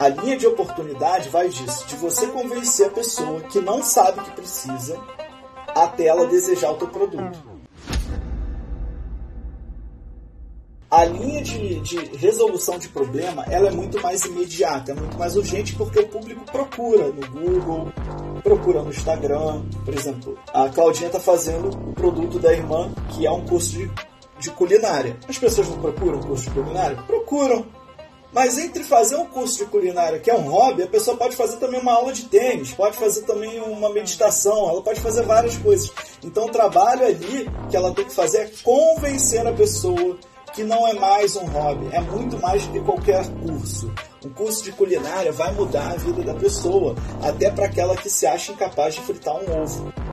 A linha de oportunidade vai disso, de você convencer a pessoa que não sabe que precisa até ela desejar o teu produto. A linha de resolução de problema, ela é muito mais imediata, é muito mais urgente, porque o público procura no Google, procura no Instagram. Por exemplo, a Claudinha está fazendo o produto da irmã, que é um curso de culinária. As pessoas não procuram curso de culinária? Procuram. Mas entre fazer um curso de culinária, que é um hobby, a pessoa pode fazer também uma aula de tênis, pode fazer também uma meditação, ela pode fazer várias coisas. Então o trabalho ali que ela tem que fazer é convencer a pessoa que não é mais um hobby, é muito mais do que qualquer curso. Um curso de culinária vai mudar a vida da pessoa, até para aquela que se acha incapaz de fritar um ovo.